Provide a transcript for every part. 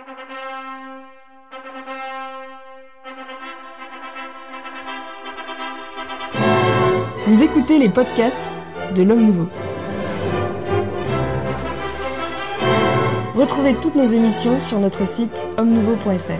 Vous écoutez les podcasts de l'Homme Nouveau. Retrouvez toutes nos émissions sur notre site hommenouveau.fr.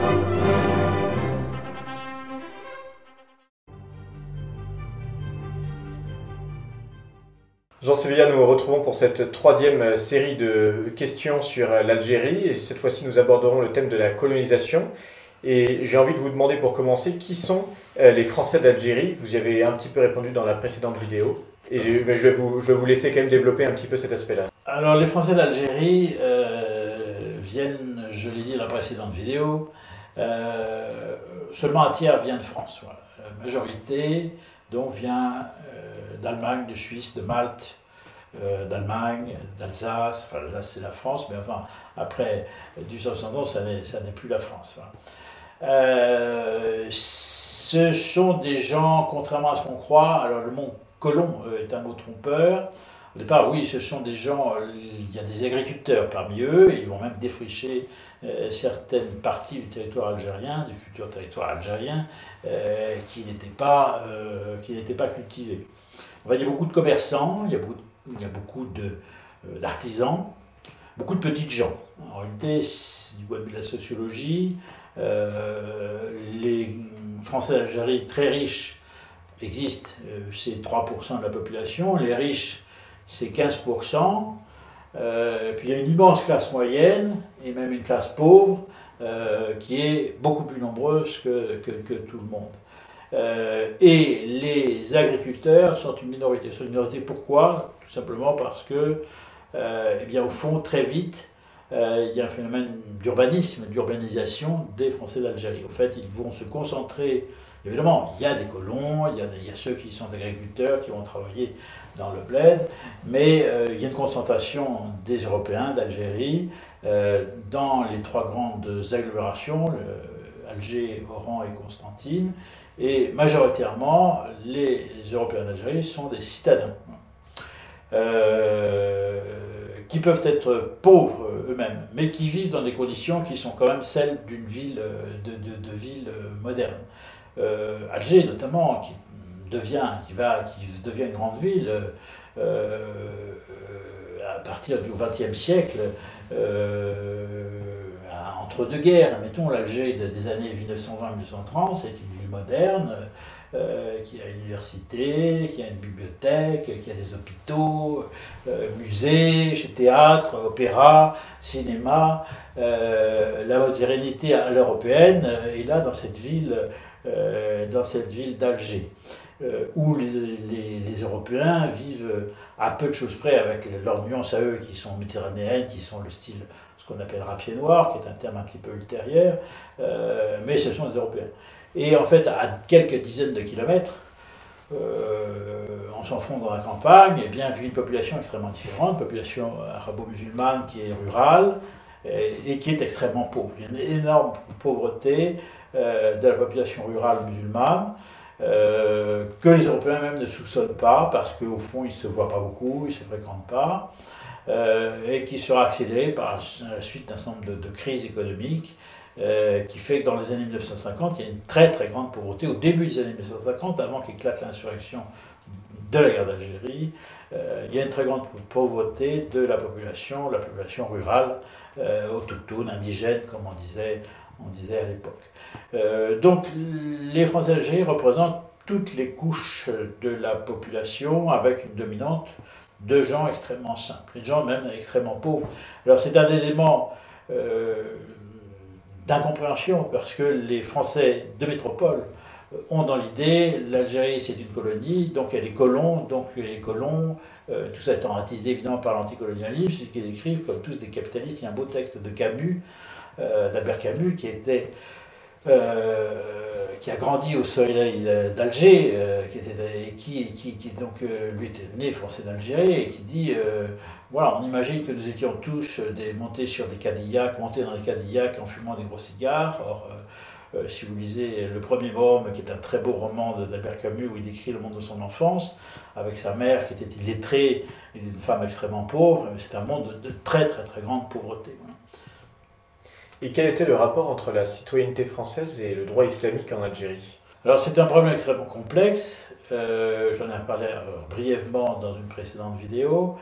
Jean Sévillia, nous nous retrouvons pour cette troisième série de questions sur l'Algérie. Et cette fois-ci, nous aborderons le thème de la colonisation. Et j'ai envie de vous demander pour commencer, qui sont les Français d'Algérie? Vous y avez un petit peu répondu dans la précédente vidéo. Et je vais vous laisser quand même développer un petit peu cet aspect-là. Alors, les Français d'Algérie viennent, je l'ai dit dans la précédente vidéo, seulement un tiers vient de France. Voilà. La majorité donc vient d'Allemagne, de Suisse, de Malte, d'Allemagne, d'Alsace. Enfin, l'Alsace c'est la France, mais enfin, après 1871, ça n'est plus la France. Voilà. Ce sont des gens, contrairement à ce qu'on croit, alors le mot colon est un mot trompeur. Au départ, oui, ce sont des gens, il y a des agriculteurs parmi eux, ils vont même défricher certaines parties du territoire algérien, du futur territoire algérien, qui n'étaient pas cultivés. Enfin, il y a beaucoup de commerçants, il y a beaucoup d'artisans, beaucoup de petites gens. En réalité, du point de vue de la sociologie, les Français d'Algérie très riches existent, c'est 3% de la population, les riches c'est 15%, puis il y a une immense classe moyenne et même une classe pauvre qui est beaucoup plus nombreuse que tout le monde. Et les agriculteurs sont une minorité. Sont une minorité pourquoi? Tout simplement parce que, eh bien, au fond, très vite, il y a un phénomène d'urbanisation des Français d'Algérie. En fait, ils vont se concentrer. Évidemment, il y a des colons, il y a ceux qui sont agriculteurs, qui vont travailler dans le bled, mais il y a une concentration des Européens d'Algérie dans les trois grandes agglomérations, Alger, Oran et Constantine, et majoritairement, les Européens d'Algérie sont des citadins qui peuvent être pauvres eux-mêmes, mais qui vivent dans des conditions qui sont quand même celles d'une ville, de ville moderne. Alger notamment, qui devient une grande ville à partir du XXe siècle, entre deux guerres. Mettons l'Alger des années 1920-1930, c'est une ville moderne qui a une université, qui a une bibliothèque, qui a des hôpitaux, musées, théâtre, opéra, cinéma. La modernité à l'européenne est là dans cette ville d'Alger, où les Européens vivent à peu de choses près, avec leurs nuances à eux qui sont méditerranéennes, qui sont le style, ce qu'on appellera pied noir, qui est un terme un petit peu ultérieur, mais ce sont les Européens. Et en fait, à quelques dizaines de kilomètres, on s'enfonce dans la campagne, et bien vu une population extrêmement différente, population arabo-musulmane qui est rurale et qui est extrêmement pauvre. Il y a une énorme pauvreté de la population rurale musulmane, que les Européens même ne soupçonnent pas, parce qu'au fond ils ne se voient pas beaucoup, ils ne se fréquentent pas, et qui sera accélérée par la suite d'un certain nombre de crises économiques, qui fait que dans les années 1950, il y a une très très grande pauvreté. Au début des années 1950, avant qu'éclate l'insurrection de la guerre d'Algérie, il y a une très grande pauvreté de la population rurale, autochtone, indigène, comme on disait à l'époque. Donc les Français d'Algérie représentent toutes les couches de la population, avec une dominante de gens extrêmement simples, de gens même extrêmement pauvres. Alors c'est un élément d'incompréhension, parce que les Français de métropole ont dans l'idée, l'Algérie c'est une colonie, donc il y a des colons, tout ça étant attisé évidemment par l'anticolonialisme, c'est qu'ils écrivent comme tous des capitalistes. Il y a un beau texte de Camus, d'Albert Camus, qui a grandi au soleil d'Alger, qui donc lui était né français d'Algérie, et qui dit voilà, on imagine que nous étions tous montés dans des Cadillacs en fumant des gros cigares. Or, si vous lisez Le Premier Homme, qui est un très beau roman d'Albert Camus, où il décrit le monde de son enfance, avec sa mère qui était illettrée et une femme extrêmement pauvre, c'est un monde de très très très grande pauvreté. Et quel était le rapport entre la citoyenneté française et le droit islamique en Algérie? Alors c'est un problème extrêmement complexe, j'en ai parlé brièvement dans une précédente vidéo.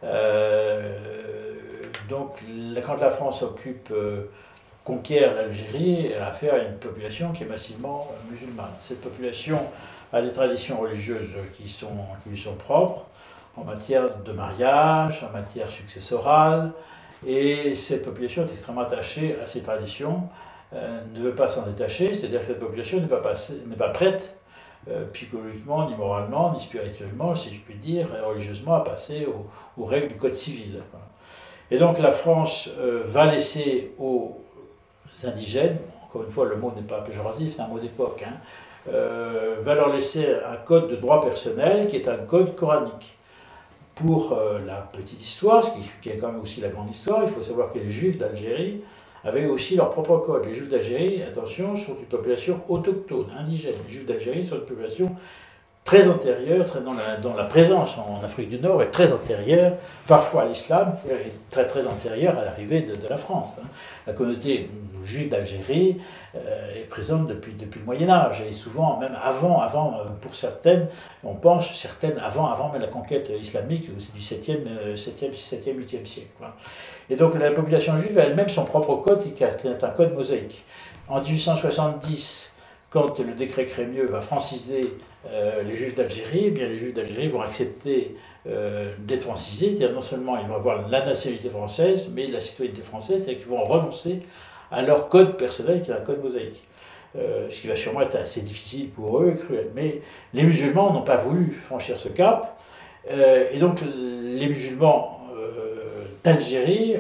Donc quand la France conquiert l'Algérie, elle a affaire à une population qui est massivement musulmane. Cette population a des traditions religieuses qui lui sont propres, en matière de mariage, en matière successorale, et cette population est extrêmement attachée à ces traditions, ne veut pas s'en détacher, c'est-à-dire que cette population n'est pas prête, psychologiquement, ni moralement, ni spirituellement, si je puis dire, religieusement, à passer aux règles du Code civil. Et donc la France va laisser aux indigènes, encore une fois le mot n'est pas péjoratif, c'est un mot d'époque, va leur laisser un code de droit personnel qui est un code coranique. Pour la petite histoire, ce qui est quand même aussi la grande histoire, il faut savoir que les Juifs d'Algérie avaient aussi leur propre code. Les Juifs d'Algérie, attention, sont une population autochtone, indigène. Les Juifs d'Algérie sont une population très antérieure, dont la présence en Afrique du Nord est très antérieure, parfois à l'islam, et très très antérieure à l'arrivée de la France. La communauté juive d'Algérie est présente depuis le Moyen-Âge, et souvent même avant, pour certaines, on pense certaines avant même la conquête islamique du 7e, 8e siècle. Et donc la population juive a elle-même son propre code, qui est un code mosaïque. En 1870, quand le décret Crémieux va franciser les Juifs d'Algérie, eh bien les Juifs d'Algérie vont accepter d'être francisés, c'est-à-dire non seulement ils vont avoir la nationalité française, mais la citoyenneté française, c'est-à-dire qu'ils vont renoncer à leur code personnel, qui est un code mosaïque. Ce qui va sûrement être assez difficile pour eux et cruel. Mais les musulmans n'ont pas voulu franchir ce cap, et donc les musulmans d'Algérie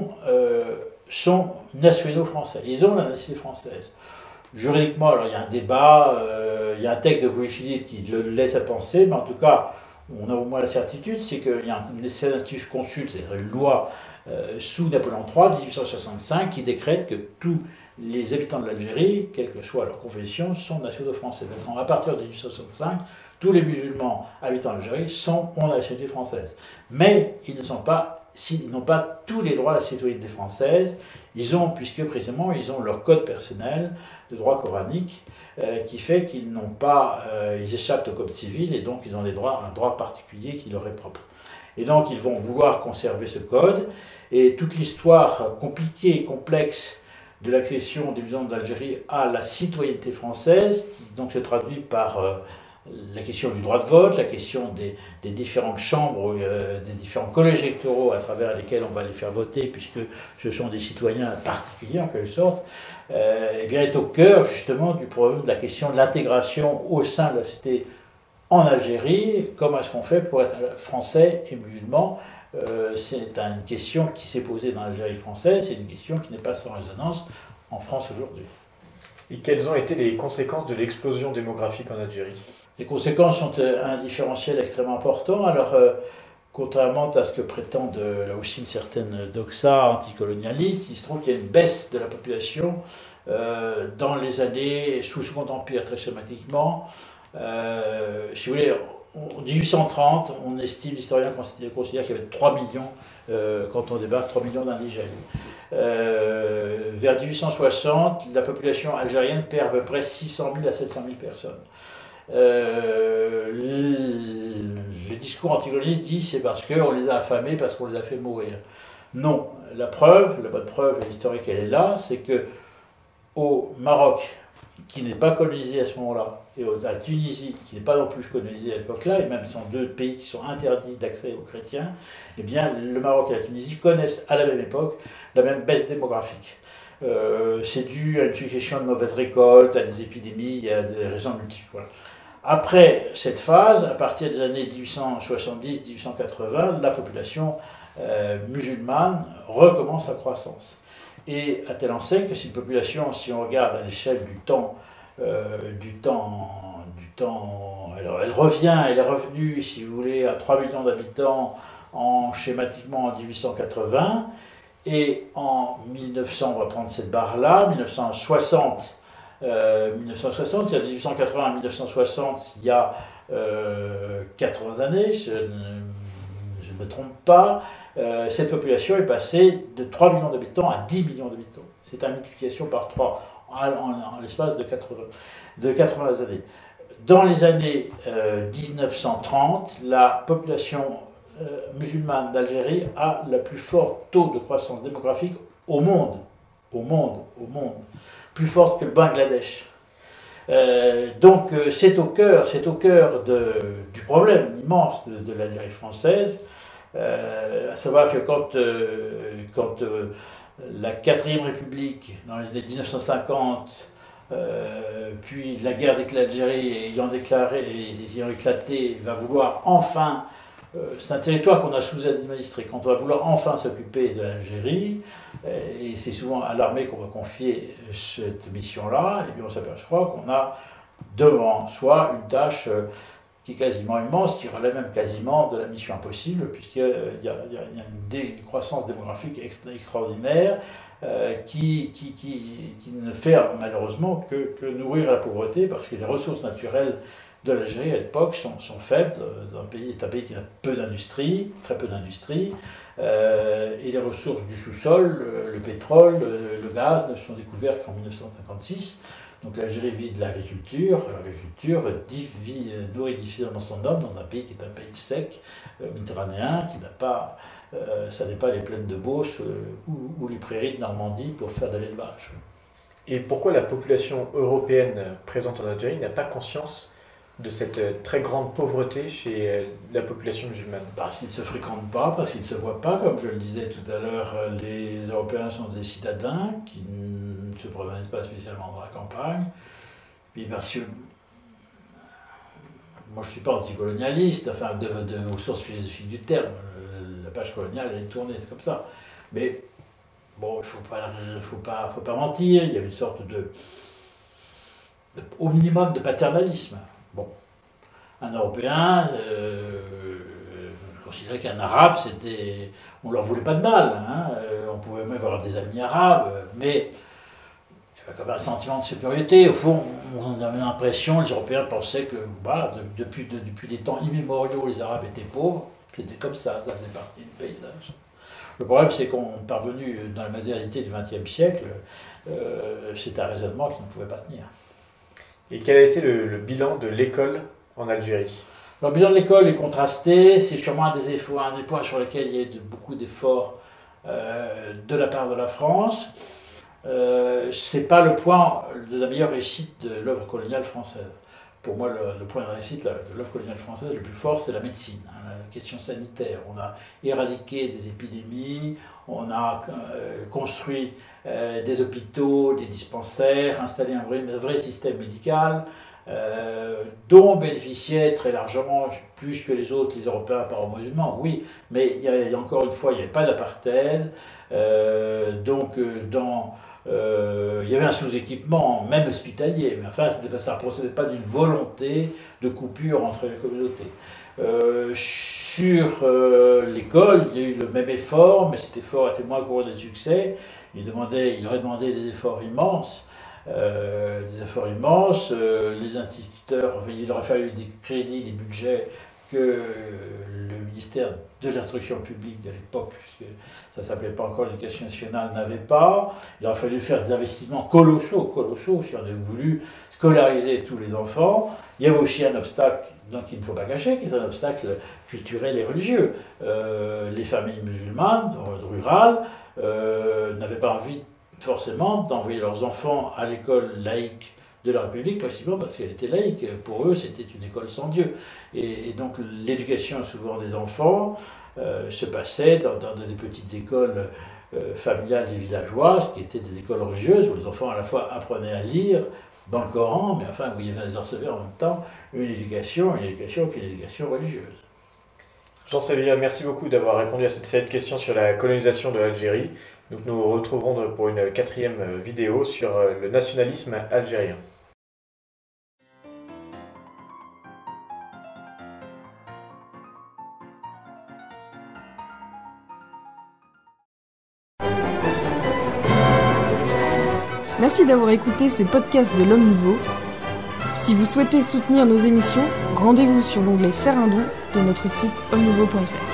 sont nationaux français. Ils ont la nationalité française. Juridiquement, alors il y a un débat, il y a un texte de Louis-Philippe qui le laisse à penser, mais en tout cas, on a au moins la certitude, c'est qu'il y a un sénatus consul, c'est-à-dire une loi sous Napoléon III de 1865 qui décrète que tous les habitants de l'Algérie, quelle que soit leur confession, sont nationaux français. Donc à partir de 1865, tous les musulmans habitants d'Algérie ont la nationalité française. Mais ils n'ont pas tous les droits à la citoyenneté française, puisque précisément ils ont leur code personnel de droit coranique qui fait qu'ils ils échappent au code civil et donc ils ont un droit particulier qui leur est propre. Et donc ils vont vouloir conserver ce code et toute l'histoire compliquée et complexe de l'accession des musulmans d'Algérie à la citoyenneté française, qui donc se traduit par la question du droit de vote, la question des différentes chambres, des différents collèges électoraux à travers lesquels on va les faire voter, puisque ce sont des citoyens particuliers en quelque sorte, est au cœur justement du problème de la question de l'intégration au sein de la société en Algérie. Comment est-ce qu'on fait pour être français et musulman? C'est une question qui s'est posée dans l'Algérie française, c'est une question qui n'est pas sans résonance en France aujourd'hui. Et quelles ont été les conséquences de l'explosion démographique en Algérie? Les conséquences sont un différentiel extrêmement important. Alors, contrairement à ce que prétendent là aussi une certaine doxa anticolonialiste, il se trouve qu'il y a une baisse de la population dans les années sous le Second Empire, très schématiquement. Si vous voulez, en 1830, on estime, l'historien considère qu'il y avait 3 millions, quand on débarque, 3 millions d'indigènes. Vers 1860, la population algérienne perd à peu près 600 000 à 700 000 personnes. Le discours anticolonialiste dit c'est parce qu'on les a affamés, parce qu'on les a fait mourir. Non, la bonne preuve historique, elle est là, c'est que au Maroc, qui n'est pas colonisé à ce moment-là, et à la Tunisie, qui n'est pas non plus colonisée à l'époque-là, et même ce sont deux pays qui sont interdits d'accès aux chrétiens, eh bien le Maroc et la Tunisie connaissent à la même époque la même baisse démographique. C'est dû à une succession de mauvaises récoltes, à des épidémies, il y a des raisons multiples. Voilà. Après cette phase, à partir des années 1870-1880, la population musulmane recommence sa croissance. Et à telle enseigne que c'est une population, si on regarde à l'échelle du temps, alors elle est revenue, si vous voulez, à 3 millions d'habitants schématiquement en 1880, et en 1900, on va prendre cette barre-là, 1960, c'est-à-dire 1880 à 1960, il y a 80 années, je ne ne me trompe pas, cette population est passée de 3 millions d'habitants à 10 millions d'habitants. C'est une multiplication par 3 en l'espace de 80 années. Dans les années 1930, la population musulmane d'Algérie a le plus fort taux de croissance démographique au monde. Plus forte que le Bangladesh. Donc c'est au cœur du problème immense de l'Algérie française, à savoir que quand la 4e République, dans les années 1950, puis la guerre d'Algérie ayant éclaté, va vouloir enfin, c'est un territoire qu'on a sous-administré, quand on va vouloir enfin s'occuper de l'Algérie, et c'est souvent à l'armée qu'on va confier cette mission-là, et bien on s'aperçoit qu'on a devant soi une tâche qui est quasiment immense, qui relève même quasiment de la mission impossible, puisqu'il y a une croissance démographique extraordinaire qui ne fait malheureusement que nourrir la pauvreté, parce que les ressources naturelles de l'Algérie à l'époque sont faibles. C'est un pays qui a peu d'industrie, très peu d'industrie, et les ressources du sous-sol, le pétrole, le gaz, ne sont découvertes qu'en 1956. Donc l'Algérie vit de l'agriculture, nourrit difficilement son homme dans un pays qui est un pays sec, méditerranéen, qui n'a pas, ça n'est pas les plaines de Beauce ou les prairies de Normandie pour faire de l'élevage. Et pourquoi la population européenne présente en Algérie n'a pas conscience de cette très grande pauvreté chez la population musulmane? Parce qu'ils ne se fréquentent pas, parce qu'ils ne se voient pas. Comme je le disais tout à l'heure, les Européens sont des citadins qui ne se promènent pas spécialement dans la campagne. Puis parce que moi je ne suis pas anticolonialiste, enfin aux sources philosophiques du terme, la page coloniale elle est tournée, c'est comme ça. Mais bon, il ne faut pas mentir, il y a une sorte au minimum de paternalisme. Bon, un Européen considérait qu'un Arabe, on leur voulait pas de mal. Hein, on pouvait même avoir des amis arabes, mais il y avait quand même un sentiment de supériorité. Au fond, on avait l'impression, les Européens pensaient que depuis des temps immémoriaux, les Arabes étaient pauvres. C'était comme ça faisait partie du paysage. Le problème, c'est qu'on est parvenu dans la modernité du XXe siècle, c'est un raisonnement qui ne pouvait pas tenir. Et quel a été le bilan de l'école en Algérie? Le bilan de l'école est contrasté, c'est sûrement un des points sur lesquels il y a eu beaucoup d'efforts de la part de la France. C'est pas le point de la meilleure réussite de l'œuvre coloniale française. Pour moi, le point de réussite de l'œuvre coloniale française le plus fort, c'est la médecine, la question sanitaire. On a éradiqué des épidémies, on a construit des hôpitaux, des dispensaires, installé un vrai système médical dont bénéficiaient très largement, plus que les autres, les Européens par rapport aux musulmans, oui, mais il y a encore une fois, il n'y avait pas d'apartheid, il y avait un sous-équipement, même hospitalier, mais enfin, ça ne procédait pas d'une volonté de coupure entre les communautés. Sur l'école, il y a eu le même effort, mais cet effort était moins couronné de succès. Il aurait demandé des efforts immenses. Les instituteurs, il aurait fallu des crédits, des budgets que le ministère de l'instruction publique de l'époque, puisque ça ne s'appelait pas encore l'éducation nationale, n'avait pas. Il aurait fallu faire des investissements colossaux si on avait voulu scolariser tous les enfants. Il y avait aussi un obstacle, donc il ne faut pas cacher, qui est un obstacle culturel et religieux. Les familles musulmanes, rurales, n'avaient pas envie forcément d'envoyer leurs enfants à l'école laïque de la République, précisément parce qu'elle était laïque. Pour eux, c'était une école sans Dieu. Et donc l'éducation souvent des enfants se passait dans des petites écoles familiales et villageoises, qui étaient des écoles religieuses, où les enfants à la fois apprenaient à lire dans le Coran, mais enfin où ils recevaient en même temps une éducation qui est une éducation religieuse. Jean Sévilla, merci beaucoup d'avoir répondu à cette série de questions sur la colonisation de l'Algérie. Donc nous nous retrouverons pour une 4e vidéo sur le nationalisme algérien. Merci d'avoir écouté ce podcast de l'Homme Nouveau. Si vous souhaitez soutenir nos émissions, rendez-vous sur l'onglet Faire un don de notre site homme-nouveau.fr.